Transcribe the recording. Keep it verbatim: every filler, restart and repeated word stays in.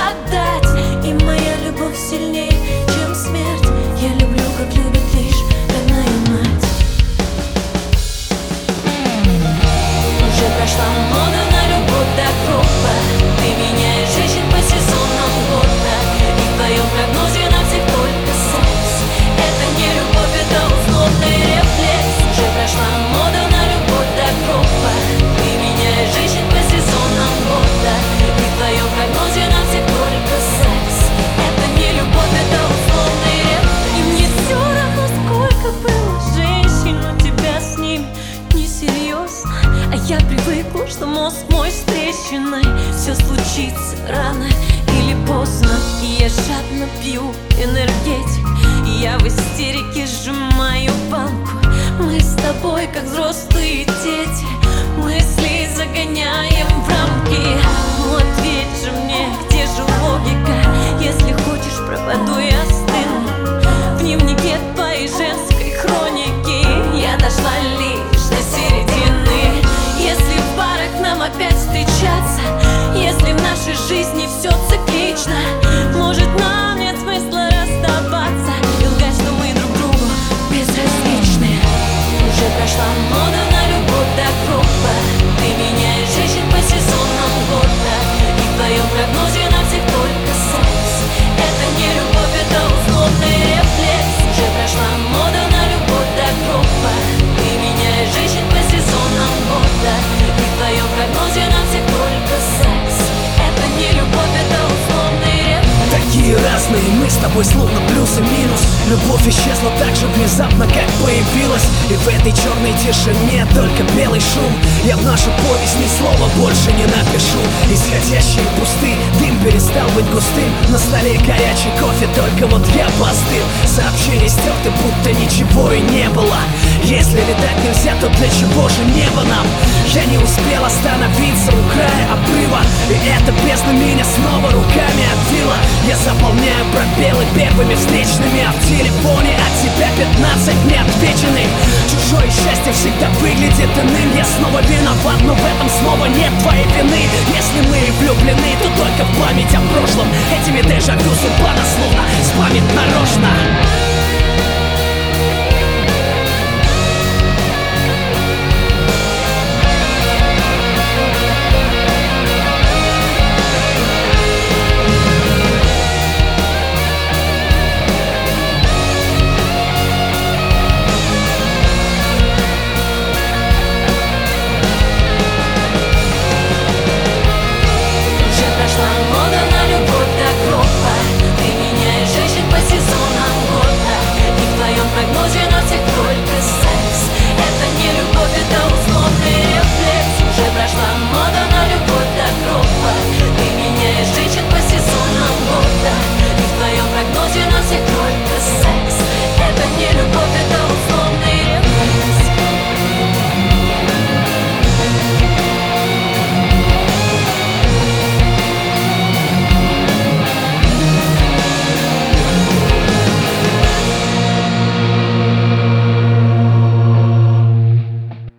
отдать. И моя любовь сильнее, чем смерть. Я люблю, как любит лишь родная мать. Уже прошла мода на любовь до гроба. Ты меняешь женщин по сезонам года. И в твоем прогнозе на всех только секс. Это не любовь, это условный рефлекс. Уже прошла мода на любовь до гроба. Ты меняешь женщин по сезонам года. И в твоем прогнозе на всех только секс. Это не любовь, это условный рефлекс. И мне все равно, сколько было женщин, у тебя с ними несерьезно. А я привыкла, что мозг мой с трещиной. Все случится рано или поздно. И я жадно пью энергетик. И я в истерике сжимаю банку. Мы с тобой, как взрослые дети, мысли загоняем в рамки. Ну ответь же мне, где же логика? Если хочешь, пропаду и остыну в дневнике твоей женской хроники. Я дошла лишь до середины. Если в парах нам опять встречаться, если в нашей жизни все циклично, может, нам нет смысла расставаться и лгать, что мы друг другу безразличны. Уже прошла мода на любовь до гроба. Ты меняешь женщин по сезонам года. И в твоем прогнозе на всех только секс. Это не любовь, это условный рефлекс. Уже прошла мода на любовь до гроба. Ты меняешь женщин по сезонам года. И в твоем прогнозе на всех только секс. Это не любовь, это условный рефлекс. Такие разные мы с тобой, словно плюс и минус. Любовь исчезла так же внезапно, как появилась. И в этой черной тишине только белый шум. Я в нашу повесть ни слова больше не напишу. Исходящий пустый дым перестал быть густым. На столе горячий кофе, только вот я постыл. Сообщение стерты, будто ничего и не было. Если летать нельзя, то для чего же небо нам? Я не успел остановиться у края обрыва. И эта бездна меня снова руками обвила. Я заполняю пробелы первыми встречными. А в телефоне от тебя пятнадцать неотвеченных. Чужое счастье всегда выглядит иным. Я снова виноват, но в этом снова нет твоей вины. Если мы и влюблены, то только в память о прошлом. Этими дежавю судьба нас словно спамит нарочно.